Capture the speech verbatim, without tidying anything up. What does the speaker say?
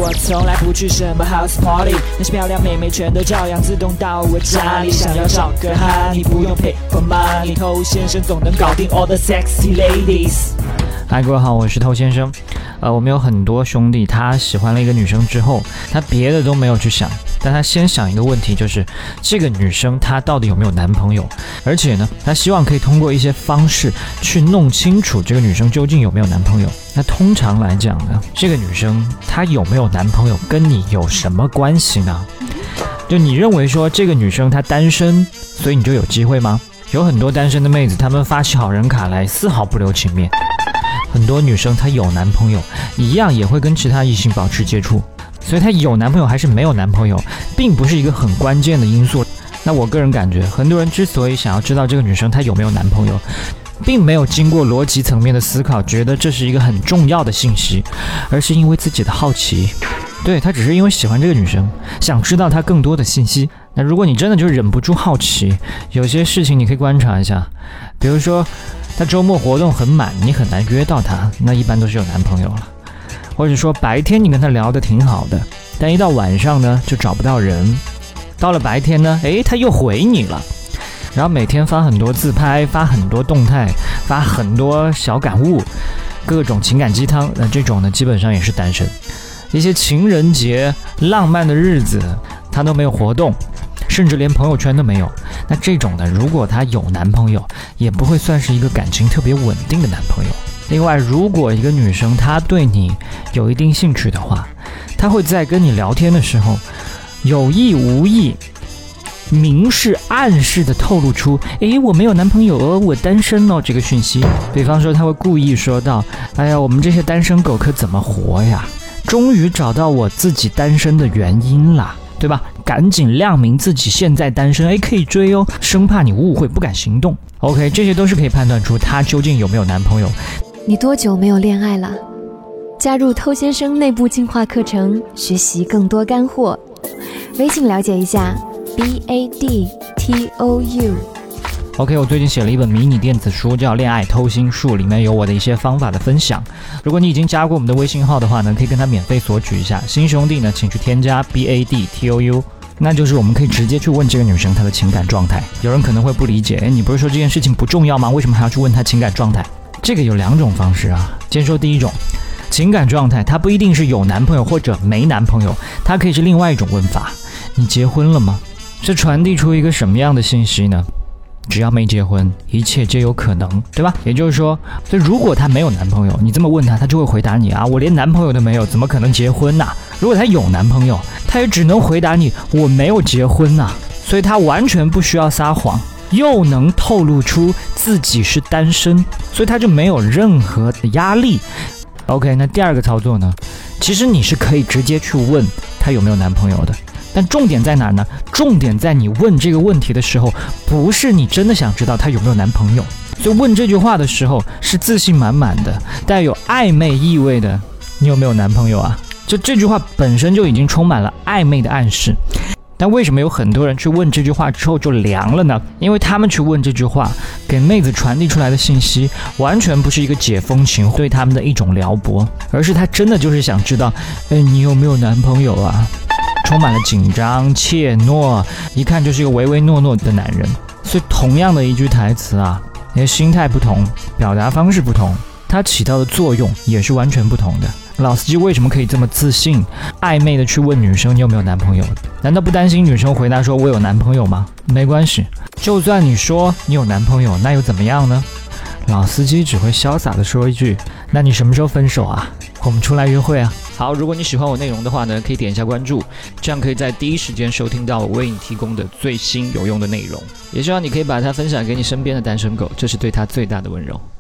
我从来不去什么 house party， 那些漂亮妹妹全都照样自动到我家里。想要找个哈，你不用 pay for money， 偷先生总能搞定 all the sexy ladies。 嗨，各位好，我是偷先生。呃，我们有很多兄弟，他喜欢了一个女生之后，他别的都没有去想，但他先想一个问题，就是这个女生她到底有没有男朋友，而且呢，他希望可以通过一些方式去弄清楚这个女生究竟有没有男朋友。那通常来讲呢，这个女生她有没有男朋友跟你有什么关系呢？就你认为说这个女生她单身，所以你就有机会吗？有很多单身的妹子，她们发起好人卡来丝毫不留情面。很多女生她有男朋友，一样也会跟其他异性保持接触，所以她有男朋友还是没有男朋友，并不是一个很关键的因素。那我个人感觉，很多人之所以想要知道这个女生她有没有男朋友，并没有经过逻辑层面的思考，觉得这是一个很重要的信息，而是因为自己的好奇。对，他只是因为喜欢这个女生，想知道她更多的信息。那如果你真的就忍不住好奇，有些事情你可以观察一下，比如说她周末活动很满，你很难约到她，那一般都是有男朋友了。或者说白天你跟她聊得挺好的，但一到晚上呢就找不到人，到了白天呢，诶，她又回你了，然后每天发很多自拍，发很多动态，发很多小感悟，各种情感鸡汤，那这种呢基本上也是单身。一些情人节浪漫的日子他都没有活动，甚至连朋友圈都没有，那这种呢，如果他有男朋友，也不会算是一个感情特别稳定的男朋友。另外，如果一个女生她对你有一定兴趣的话，她会在跟你聊天的时候有意无意明示暗示的透露出，诶，我没有男朋友哦，我单身哦，这个讯息。比方说他会故意说到，哎呀，我们这些单身狗可怎么活呀，终于找到我自己单身的原因啦，对吧？赶紧亮明自己现在单身，诶，可以追哦，生怕你误会不敢行动。 OK， 这些都是可以判断出他究竟有没有男朋友。 你多久没有恋爱了？加入偷先生内部进化课程，学习更多干货，微信了解一下 B A D T O U。 OK， 我最近写了一本迷你电子书，叫《恋爱偷心术》，里面有我的一些方法的分享。如果你已经加过我们的微信号的话呢，可以跟他免费索取一下。新兄弟呢，请去添加 B A D T O U， 那就是我们可以直接去问这个女生她的情感状态。有人可能会不理解，诶，你不是说这件事情不重要吗？为什么还要去问她情感状态？这个有两种方式啊。先说第一种，情感状态它不一定是有男朋友或者没男朋友，它可以是另外一种问法，你结婚了吗？这传递出一个什么样的信息呢？只要没结婚，一切皆有可能，对吧？也就是说，所以如果他没有男朋友，你这么问他，他就会回答你啊，我连男朋友都没有，怎么可能结婚啊？如果他有男朋友，他也只能回答你，我没有结婚啊。所以他完全不需要撒谎，又能透露出自己是单身，所以他就没有任何的压力。OK， 那第二个操作呢？其实你是可以直接去问他有没有男朋友的。但重点在哪呢？重点在你问这个问题的时候，不是你真的想知道她有没有男朋友。所以问这句话的时候是自信满满的，带有暧昧意味的，你有没有男朋友啊？就这句话本身就已经充满了暧昧的暗示。但为什么有很多人去问这句话之后就凉了呢？因为他们去问这句话，给妹子传递出来的信息完全不是一个解风情对他们的一种撩拨，而是他真的就是想知道，哎，你有没有男朋友啊？充满了紧张怯懦，一看就是一个唯唯诺诺的男人。所以同样的一句台词啊，你的心态不同，表达方式不同，它起到的作用也是完全不同的。老司机为什么可以这么自信暧昧的去问女生你有没有男朋友？难道不担心女生回答说我有男朋友吗？没关系，就算你说你有男朋友，那又怎么样呢？老司机只会潇洒的说一句，那你什么时候分手啊？我们出来约会啊。好，如果你喜欢我内容的话呢，可以点一下关注，这样可以在第一时间收听到我为你提供的最新有用的内容。也希望你可以把它分享给你身边的单身狗，这是对他最大的温柔。